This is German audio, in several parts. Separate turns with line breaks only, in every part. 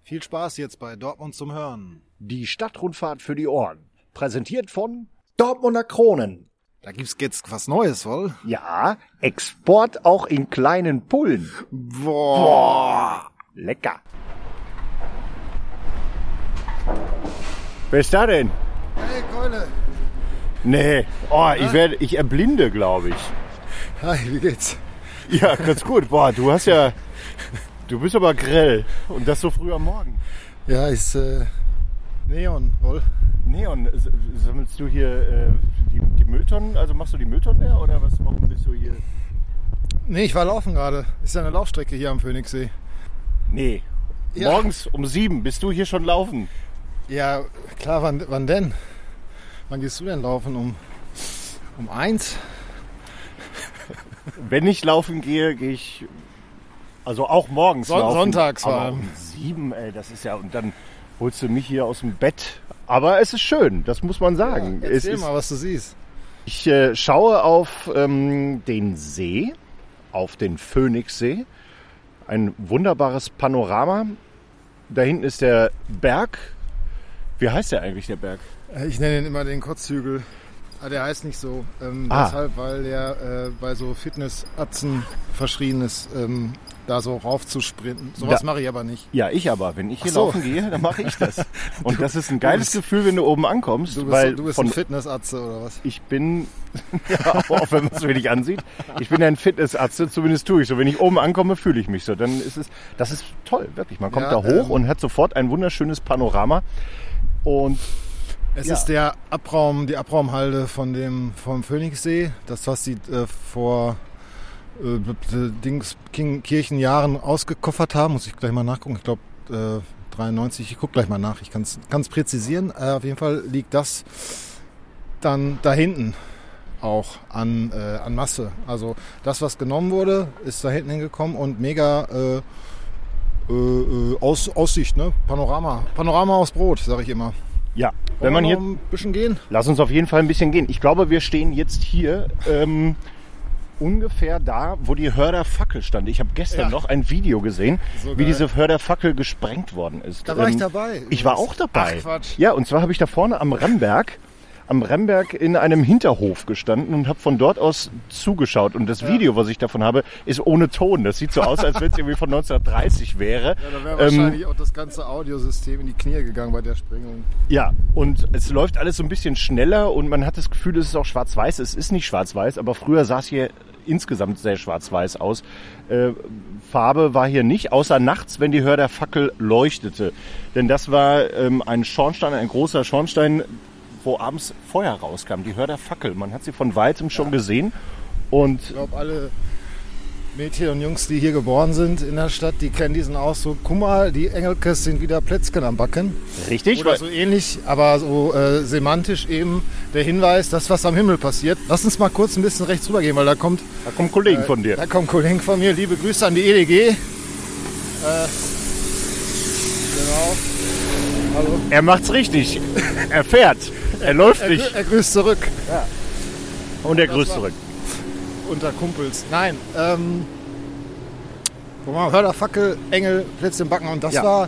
Viel Spaß jetzt bei Dortmund zum Hören.
Die Stadtrundfahrt für die Ohren. Präsentiert von Dortmunder Kronen.
Da gibt's jetzt was Neues, wohl?
Ja, Export auch in kleinen Pullen.
Boah.
Lecker. Wer ist da denn?
Hey, Keule.
Nee, ich erblinde, glaube ich.
Hi, wie geht's?
Ja, ganz gut. Boah, du bist aber grell. Und das so früh am Morgen.
Ja, ist Neon, wohl?
Neon, sammelst du hier die Mülltonnen? Also machst du die Mülltonnen leer oder warum bist du hier?
Nee, ich war laufen gerade. Ist ja eine Laufstrecke hier am Phoenixsee.
Nee,
Ja.
Morgens um 7 bist du hier schon laufen.
Ja, klar, wann denn? Wann gehst du denn laufen? Um 1?
Wenn ich laufen gehe, gehe ich also auch morgens laufen.
Sonntags vor
aber
allem.
um 7, das ist ja, und dann holst du mich hier aus dem Bett. Aber es ist schön, das muss man sagen.
Ja, erzähl mal, was du siehst.
Ich schaue auf den See, auf den Phoenixsee. Ein wunderbares Panorama. Da hinten ist der Berg. Wie heißt der eigentlich, der Berg?
Ich nenne ihn immer den Kotzhügel. Aber der heißt nicht so. Deshalb, weil der bei so Fitnessatzen verschrien ist, da so raufzusprinten. Sowas mache ich aber nicht.
Ja, ich aber. Wenn ich hier
so.
laufen gehe, dann mache ich das. Und das ist ein geiles Gefühl, wenn du oben ankommst.
Du
weil
bist ein Fitnessatze oder was?
Ich bin, ja, auch wenn man es wenig ansieht, ich bin ein Fitnessatze, zumindest tue ich so. Wenn ich oben ankomme, fühle ich mich so. Dann ist das ist toll, wirklich. Man kommt da hoch und hat sofort ein wunderschönes Panorama. Und
es ist die Abraumhalde vom Phoenixsee. Das, was sie vor Kirchenjahren ausgekoffert haben, muss ich gleich mal nachgucken. Ich glaube 93, ich gucke gleich mal nach. Ich kann es präzisieren. Auf jeden Fall liegt das dann da hinten auch an Masse. Also das, was genommen wurde, ist da hinten hingekommen und mega Aussicht, ne? Panorama aus Brot, sage ich immer.
ja, wenn man hier
ein bisschen gehen.
Lass uns auf jeden Fall ein bisschen gehen. Ich glaube, wir stehen jetzt hier ungefähr da, wo die Hörder-Fackel stand. Ich habe gestern noch ein Video gesehen, wie diese Hörder-Fackel gesprengt worden ist.
Da war ich dabei.
Ich war auch dabei.
Ach, Quatsch.
Ja, und zwar habe ich da vorne am Remberg in einem Hinterhof gestanden und habe von dort aus zugeschaut. Und das Video, was ich davon habe, ist ohne Ton. Das sieht so aus, als wenn es irgendwie von 1930 wäre.
Ja, da wäre wahrscheinlich auch das ganze Audiosystem in die Knie gegangen bei der Sprengung.
Ja, und es läuft alles so ein bisschen schneller und man hat das Gefühl, es ist auch schwarz-weiß. Es ist nicht schwarz-weiß, aber früher sah es hier insgesamt sehr schwarz-weiß aus. Farbe war hier nicht, außer nachts, wenn die Hörder-Fackel leuchtete. Denn das war ein Schornstein, ein großer Schornstein, wo abends Feuer rauskam. Die Hörder-Fackel. Man hat sie von weitem schon gesehen. Und
ich glaube, alle Mädchen und Jungs, die hier geboren sind in der Stadt, die kennen diesen Ausdruck. Guck mal, die Engelkes sind wieder Plätzchen am Backen.
Richtig.
Oder so ähnlich, aber so semantisch eben der Hinweis, das, was am Himmel passiert. Lass uns mal kurz ein bisschen rechts rüber gehen, weil da kommen
Kollegen von dir.
Da kommen Kollegen von mir. Liebe Grüße an die EDG. Genau. Hallo.
Er macht's richtig. Er fährt. Er läuft nicht.
Er grüßt zurück.
Ja. Und er grüßt zurück.
Unter Kumpels. Nein. Guck mal, Hörder-Fackel, Engel, Plätzchen backen. Und das war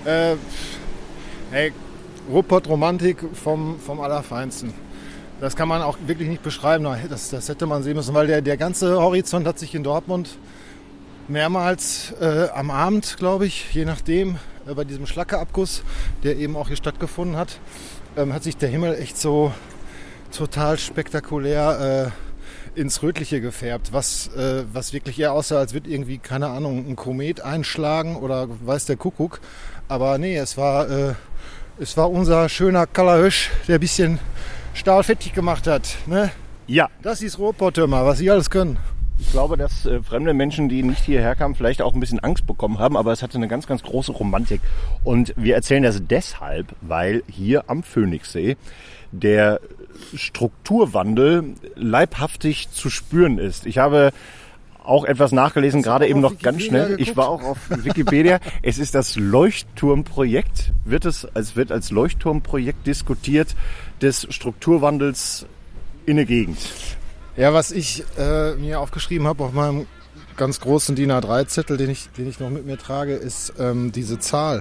Ruhrpott-Romantik vom Allerfeinsten. Das kann man auch wirklich nicht beschreiben. Das hätte man sehen müssen, weil der ganze Horizont hat sich in Dortmund mehrmals am Abend, glaube ich, je nachdem, bei diesem Schlackeabguss, der eben auch hier stattgefunden hat, hat sich der Himmel echt so total spektakulär ins Rötliche gefärbt, was wirklich eher aussah, als würde irgendwie, keine Ahnung, ein Komet einschlagen oder weiß der Kuckuck. Aber nee, es war unser schöner Kalahösch, der ein bisschen Stahl fettig gemacht hat. Ne?
Ja.
Das ist Ruhrpott-Tömer, was sie alles können.
Ich glaube, dass fremde Menschen, die nicht hierher kamen, vielleicht auch ein bisschen Angst bekommen haben, aber es hatte eine ganz, ganz große Romantik. Und wir erzählen das deshalb, weil hier am Phoenixsee der Strukturwandel leibhaftig zu spüren ist. Ich habe auch etwas nachgelesen, gerade eben noch ganz schnell.
Geguckt?
Ich war auch auf Wikipedia. Es ist das Leuchtturmprojekt, wird als Leuchtturmprojekt diskutiert des Strukturwandels in der Gegend.
Ja, was ich mir aufgeschrieben habe auf meinem ganz großen DIN A3-Zettel, den ich noch mit mir trage, ist diese Zahl.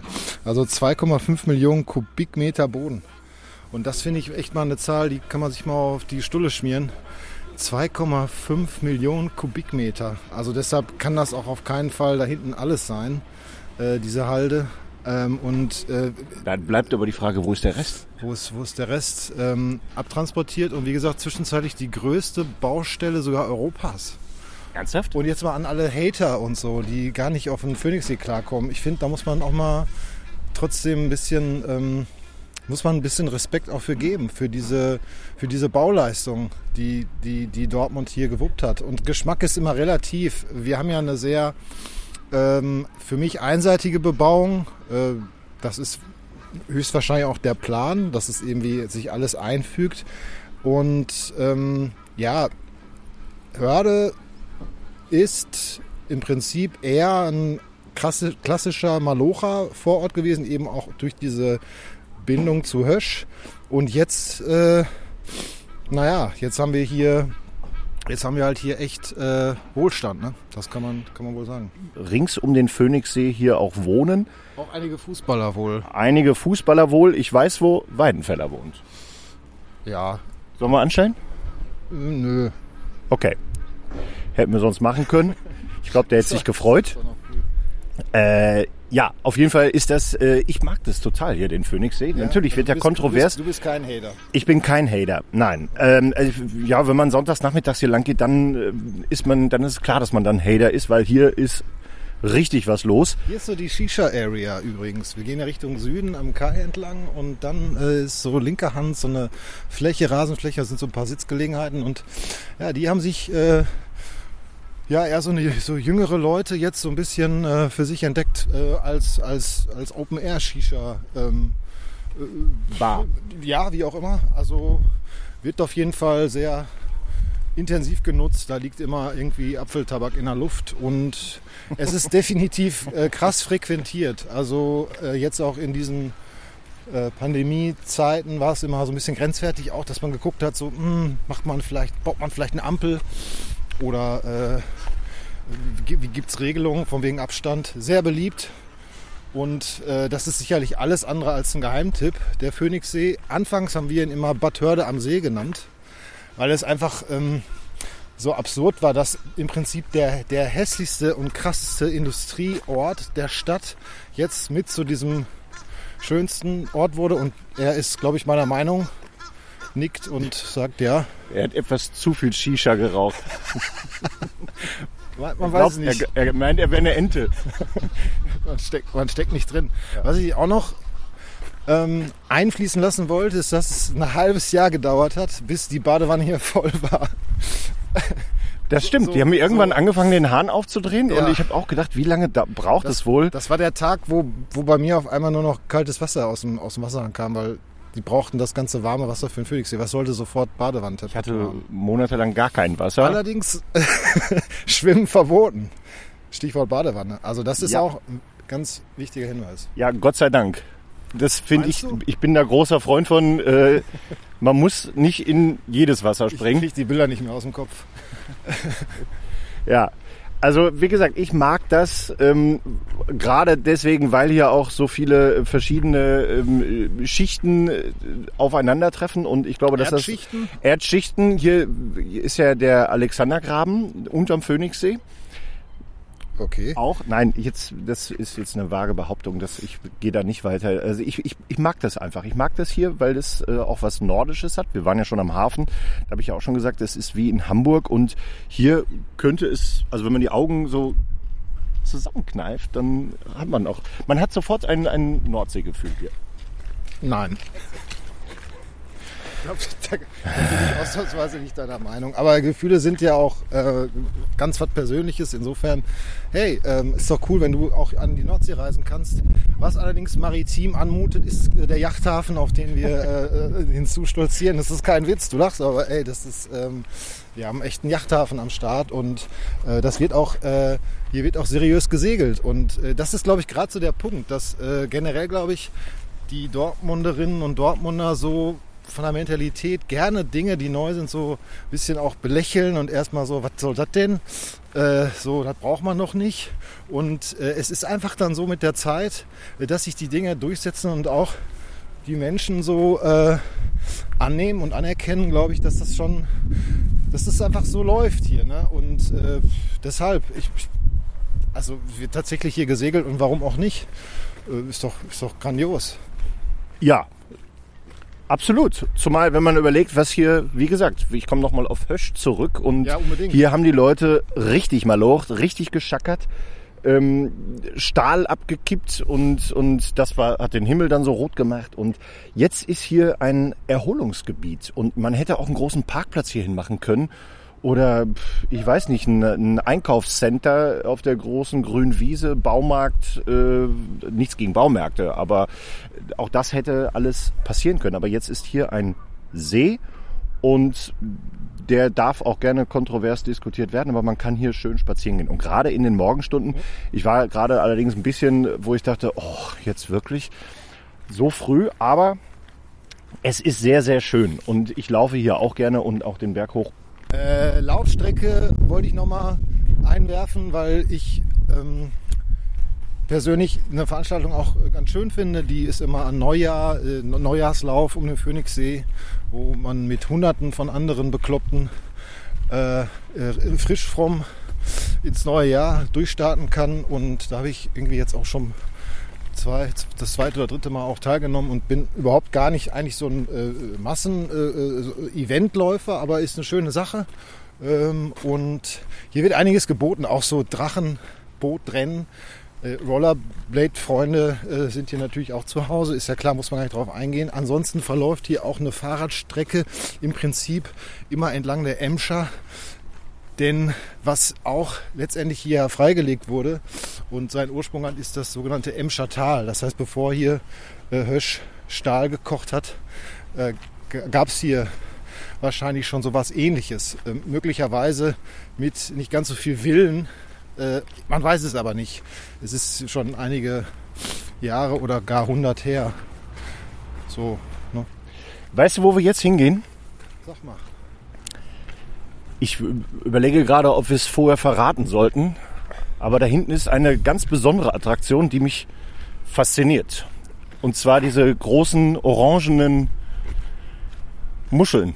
Also 2,5 Millionen Kubikmeter Boden. Und das finde ich echt mal eine Zahl, die kann man sich mal auf die Stulle schmieren. 2,5 Millionen Kubikmeter. Also deshalb kann das auch auf keinen Fall da hinten alles sein, diese Halde.
Dann bleibt aber die Frage, wo ist der Rest?
Wo ist der Rest? Abtransportiert und wie gesagt, zwischenzeitlich die größte Baustelle sogar Europas.
Ernsthaft?
Und jetzt mal an alle Hater und so, die gar nicht auf den Phoenixsee klarkommen. Ich finde, da muss man auch mal trotzdem ein bisschen Respekt auch für geben, für diese Bauleistung, die Dortmund hier gewuppt hat. Und Geschmack ist immer relativ. Wir haben ja eine sehr für mich einseitige Bebauung. Das ist höchstwahrscheinlich auch der Plan, dass es irgendwie sich alles einfügt. Und Hörde ist im Prinzip eher ein klassischer Malocher-Vorort gewesen, eben auch durch diese Bindung zu Hösch. Und jetzt, jetzt haben wir halt hier echt Wohlstand, ne? Das kann man wohl sagen.
Rings um den Phoenixsee hier auch wohnen.
Auch einige Fußballer wohl.
Ich weiß, wo Weidenfeller wohnt.
Ja.
Sollen wir anstellen?
Nö.
Okay. Hätten wir sonst machen können. Ich glaube, der hätte sich gefreut. Ja, auf jeden Fall ist das, ich mag das total hier, den Phoenixsee. Ja, natürlich wird der kontrovers.
Du bist kein Hater.
Ich bin kein Hater, nein. Wenn man sonntags nachmittags hier lang geht, dann ist es klar, dass man dann Hater ist, weil hier ist richtig was los.
Hier ist so die Shisha-Area übrigens. Wir gehen ja Richtung Süden am Kai entlang und dann ist so linker Hand so eine Rasenfläche, da sind so ein paar Sitzgelegenheiten und ja, die haben sich eher so jüngere Leute jetzt so ein bisschen für sich entdeckt als Open-Air-Shisha
Bar.
Ja, wie auch immer. Also wird auf jeden Fall sehr intensiv genutzt. Da liegt immer irgendwie Apfeltabak in der Luft und es ist definitiv krass frequentiert. Also jetzt auch in diesen Pandemie-Zeiten war es immer so ein bisschen grenzwertig auch, dass man geguckt hat, so baut man vielleicht eine Ampel oder wie gibt es Regelungen von wegen Abstand. Sehr beliebt und das ist sicherlich alles andere als ein Geheimtipp. Der Phoenixsee, anfangs haben wir ihn immer Bad Hörde am See genannt, weil es einfach so absurd war, dass im Prinzip der hässlichste und krasseste Industrieort der Stadt jetzt mit zu diesem schönsten Ort wurde. Und er ist, glaube ich, meiner Meinung, nickt und sagt ja.
Er hat etwas zu viel Shisha geraucht.
Man weiß es nicht.
Er meint, er wäre eine Ente.
Man steckt nicht drin. Ja. Was ich auch noch einfließen lassen wollte, ist, dass es ein halbes Jahr gedauert hat, bis die Badewanne hier voll war.
Das stimmt, die haben irgendwann angefangen, den Hahn aufzudrehen und ich habe auch gedacht, wie lange braucht es wohl?
Das war der Tag, wo bei mir auf einmal nur noch kaltes Wasser aus dem Wasserhahn kam, weil die brauchten das ganze warme Wasser für den Phoenixsee. Was sollte sofort Badewannentemperatur
haben? Ich hatte
haben?
monatelang gar kein Wasser.
Allerdings Schwimmen verboten. Stichwort Badewanne. Also das ist auch ein ganz wichtiger Hinweis.
Ja, Gott sei Dank. Das finde ich bin da großer Freund von, man muss nicht in jedes Wasser springen.
Ich kriege die Bilder nicht mehr aus dem Kopf.
Ja, also wie gesagt, ich mag das gerade deswegen, weil hier auch so viele verschiedene Schichten aufeinandertreffen und ich glaube, dass Erdschichten, hier ist ja der Alexandergraben unterm Phoenixsee.
Okay.
Auch? Nein, das ist jetzt eine vage Behauptung, dass ich gehe da nicht weiter. Also ich mag das einfach. Ich mag das hier, weil das auch was Nordisches hat. Wir waren ja schon am Hafen. Da habe ich ja auch schon gesagt, das ist wie in Hamburg. Und hier könnte es, also wenn man die Augen so zusammenkneift, dann hat man hat sofort ein Nordseegefühl hier.
Nein. Da bin ich ausnahmsweise nicht deiner Meinung. Aber Gefühle sind ja auch ganz was Persönliches. Insofern, hey, ist doch cool, wenn du auch an die Nordsee reisen kannst. Was allerdings maritim anmutet, ist der Yachthafen, auf den wir hinzustolzieren. Das ist kein Witz, du lachst, aber ey, das ist, wir haben echt einen Yachthafen am Start und das wird auch, hier wird auch seriös gesegelt. Und das ist, glaube ich, gerade so der Punkt, dass generell, glaube ich, die Dortmunderinnen und Dortmunder so von der Mentalität gerne Dinge, die neu sind, so ein bisschen auch belächeln und erstmal so, was soll das denn? So, das braucht man noch nicht. Und es ist einfach dann so mit der Zeit, dass sich die Dinge durchsetzen und auch die Menschen so annehmen und anerkennen, glaube ich, dass das einfach so läuft hier. Ne? Und deshalb, wird tatsächlich hier gesegelt und warum auch nicht? Ist doch grandios.
Ja, absolut. Zumal, wenn man überlegt, was hier, wie gesagt, ich komme nochmal auf Hösch zurück und
ja,
hier haben die Leute richtig malocht, richtig geschackert, Stahl abgekippt und das hat den Himmel dann so rot gemacht. Und jetzt ist hier ein Erholungsgebiet und man hätte auch einen großen Parkplatz hierhin machen können. Oder, ich weiß nicht, ein Einkaufscenter auf der großen grünen Wiese, Baumarkt, nichts gegen Baumärkte, aber auch das hätte alles passieren können. Aber jetzt ist hier ein See und der darf auch gerne kontrovers diskutiert werden, aber man kann hier schön spazieren gehen. Und gerade in den Morgenstunden, ich war gerade allerdings ein bisschen, wo ich dachte, oh, jetzt wirklich so früh, aber es ist sehr, sehr schön und ich laufe hier auch gerne und auch den Berg hoch.
Laufstrecke wollte ich nochmal einwerfen, weil ich persönlich eine Veranstaltung auch ganz schön finde. Die ist immer an Neujahrslauf um den Phoenixsee, wo man mit Hunderten von anderen Bekloppten frisch fromm ins neue Jahr durchstarten kann. Und da habe ich irgendwie jetzt auch schon das zweite oder dritte Mal auch teilgenommen und bin überhaupt gar nicht eigentlich so ein Massen-Eventläufer, aber ist eine schöne Sache. Und hier wird einiges geboten, auch so Drachenbootrennen. Rollerblade-Freunde sind hier natürlich auch zu Hause, ist ja klar, muss man gar nicht drauf eingehen. Ansonsten verläuft hier auch eine Fahrradstrecke im Prinzip immer entlang der Emscher. Denn was auch letztendlich hier freigelegt wurde und seinen Ursprung hat, ist das sogenannte Emscher Tal. Das heißt, bevor hier Hösch Stahl gekocht hat, gab es hier wahrscheinlich schon sowas Ähnliches. Möglicherweise mit nicht ganz so viel Villen. Man weiß es aber nicht. Es ist schon einige Jahre oder gar 100 her. So, ne?
Weißt du, wo wir jetzt hingehen?
Sag mal.
Ich überlege gerade, ob wir es vorher verraten sollten. Aber da hinten ist eine ganz besondere Attraktion, die mich fasziniert. Und zwar diese großen orangenen Muscheln.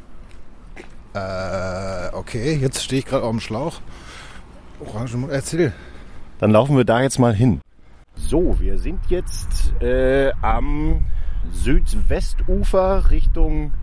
Okay, jetzt stehe ich gerade auf dem Schlauch. Erzähl.
Dann laufen wir da jetzt mal hin. So, wir sind jetzt am Südwestufer Richtung,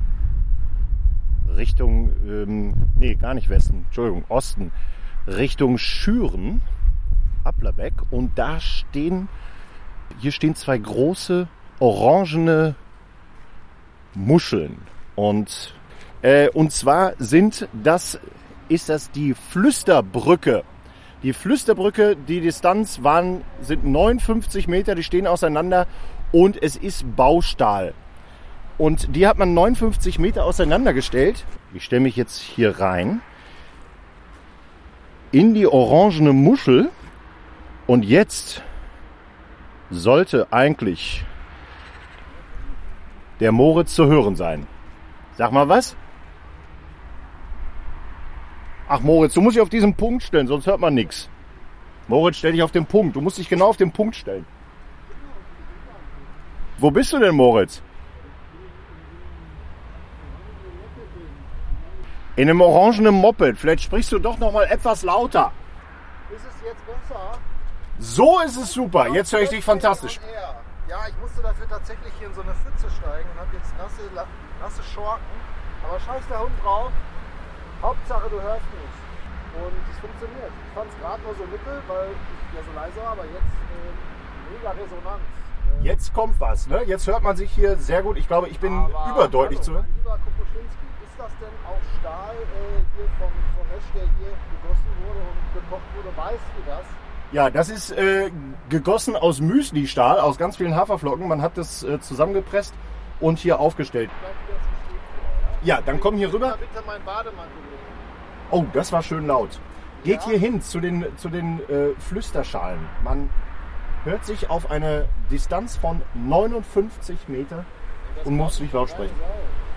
gar nicht Westen, Entschuldigung, Osten, Richtung Schüren, Applerbeck. Und hier stehen zwei große orangene Muscheln. Und zwar ist das die Flüsterbrücke. Die Flüsterbrücke, die Distanz sind 59 Meter, die stehen auseinander und es ist Baustahl. Und die hat man 59 Meter auseinandergestellt. Ich stelle mich jetzt hier rein in die orangene Muschel und jetzt sollte eigentlich der Moritz zu hören sein. Sag mal was? Ach Moritz, du musst dich auf diesen Punkt stellen, sonst hört man nichts. Moritz, stell dich auf den Punkt. Du musst dich genau auf den Punkt stellen. Wo bist du denn, Moritz? In einem orangenen Moped. Vielleicht sprichst du doch noch mal etwas lauter.
Ist es jetzt besser?
So ist es super. Jetzt höre ich dich fantastisch.
Ja, ich musste dafür tatsächlich hier in so eine Pfütze steigen und habe jetzt nasse Schorken. Aber scheiß der Hund drauf. Hauptsache du hörst mich. Und es funktioniert. Ich fand es gerade nur so mittel, weil ich ja so leise war, aber jetzt mega Resonanz.
Jetzt kommt was, ne? Jetzt hört man sich hier sehr gut. Ich glaube, ich bin überdeutlich zu hören.
Lieber Kokoschinski, ist das denn auch Stahl hier vom Hösch, der hier gegossen wurde und gekocht wurde? Weißt du das?
Ja, das ist gegossen aus Müsli-Stahl, aus ganz vielen Haferflocken. Man hat das zusammengepresst und hier aufgestellt. Ja, dann komm hier rüber.
Bitte meinen Bademantel.
Oh, das war schön laut. Geht hier hin zu den Flüsterschalen. Man hört sich auf eine Distanz von 59 Meter und muss nicht laut sprechen.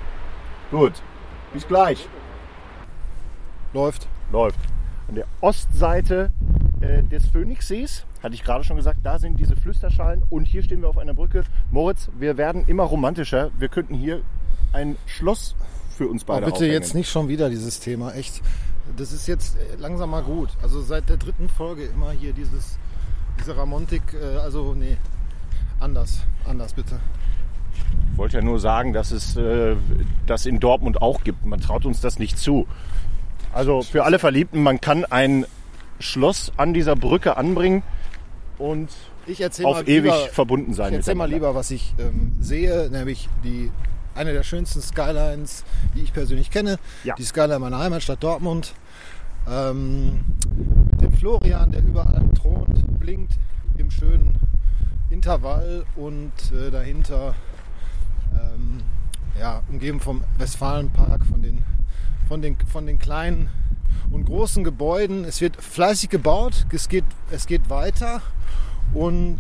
Gut, bis gleich.
Läuft.
An der Ostseite des Phoenixsees, hatte ich gerade schon gesagt, da sind diese Flüsterschalen und hier stehen wir auf einer Brücke. Moritz, wir werden immer romantischer. Wir könnten hier ein Schloss für uns beide
bitte
aufhängen.
jetzt nicht schon wieder dieses Thema, echt. Das ist jetzt langsam mal gut. Also seit der 3. Folge immer hier diese Romantik, anders bitte.
Ich wollte ja nur sagen, dass es das in Dortmund auch gibt. Man traut uns das nicht zu. Also für alle Verliebten, man kann ein Schloss an dieser Brücke anbringen und auf ewig verbunden sein.
Ich erzähl mal lieber, was ich sehe, nämlich eine der schönsten Skylines, die ich persönlich kenne.
Ja.
Die Skyline meiner Heimatstadt Dortmund. Mit dem Florian, der überall thront, blinkt im schönen Intervall und dahinter umgeben vom Westfalenpark, von den kleinen und großen Gebäuden. Es wird fleißig gebaut, es geht weiter und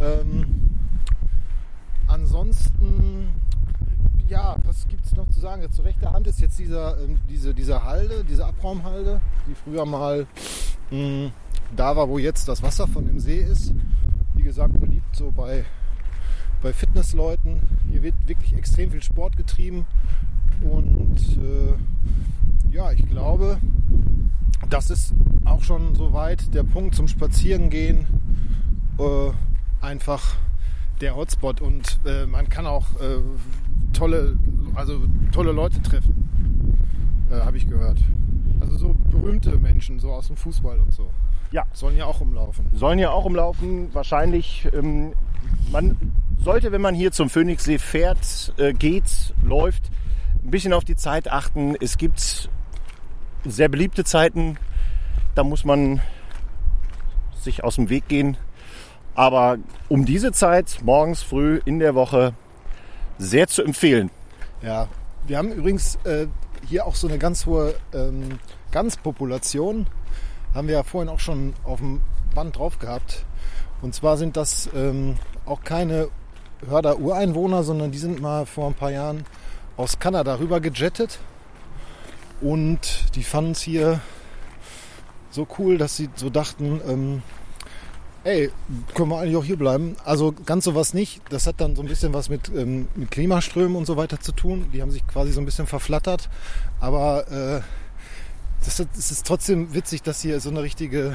ansonsten, ja, was gibt es noch zu sagen? Zur rechten Hand ist jetzt diese Halde, diese Abraumhalde, die früher mal da war, wo jetzt das Wasser von dem See ist. Wie gesagt, beliebt so bei Fitnessleuten. Hier wird wirklich extrem viel Sport getrieben und ich glaube, das ist auch schon soweit der Punkt zum Spazierengehen, einfach der Hotspot und man kann auch tolle Leute treffen, habe ich gehört. Also so berühmte Menschen, so aus dem Fußball und so.
Ja.
Sollen ja auch umlaufen.
Wahrscheinlich, man sollte, wenn man hier zum Phoenixsee fährt, geht, läuft, ein bisschen auf die Zeit achten. Es gibt sehr beliebte Zeiten, da muss man sich aus dem Weg gehen. Aber um diese Zeit, morgens früh in der Woche, sehr zu empfehlen.
Ja, wir haben übrigens hier auch so eine ganz hohe Ganzpopulation. Haben wir ja vorhin auch schon auf dem Band drauf gehabt. Und zwar sind das auch keine Hörder Ureinwohner, sondern die sind mal vor ein paar Jahren aus Kanada rüber gejettet. Und die fanden es hier so cool, dass sie so dachten, können wir eigentlich auch hier bleiben. Also ganz sowas nicht. Das hat dann so ein bisschen was mit Klimaströmen und so weiter zu tun. Die haben sich quasi so ein bisschen verflattert. Aber es ist trotzdem witzig, dass hier so eine richtige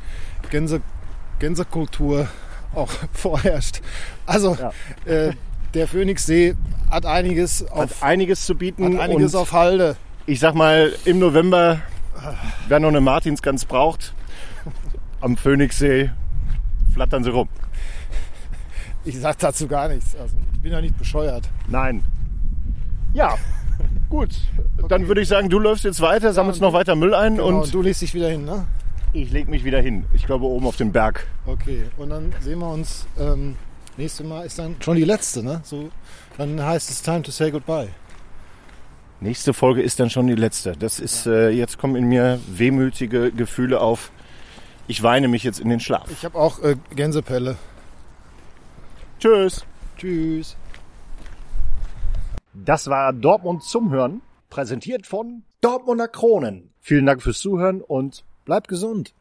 Gänsekultur auch vorherrscht. Also der Phoenixsee hat einiges
zu bieten.
Hat einiges
und
auf Halde.
Ich sag mal, im November, wer noch eine Martinsgans braucht, am Phoenixsee flattern sie rum.
Ich sag dazu gar nichts. Also, ich bin ja nicht bescheuert.
Nein. Ja, gut. Okay. Dann würde ich sagen, du läufst jetzt weiter, sammelst noch weiter Müll ein.
Genau, und du legst dich wieder hin, ne?
Ich leg mich wieder hin. Ich glaube oben auf den Berg.
Okay, und dann sehen wir uns. Nächstes Mal ist dann schon die letzte, ne? So, dann heißt es time to say goodbye.
Nächste Folge ist dann schon die letzte. Das ist, jetzt kommen in mir wehmütige Gefühle auf. Ich weine mich jetzt in den Schlaf.
Ich habe auch Gänsepelle.
Tschüss.
Tschüss.
Das war Dortmund zum Hören, präsentiert von Dortmunder Kronen. Vielen Dank fürs Zuhören und
bleibt gesund.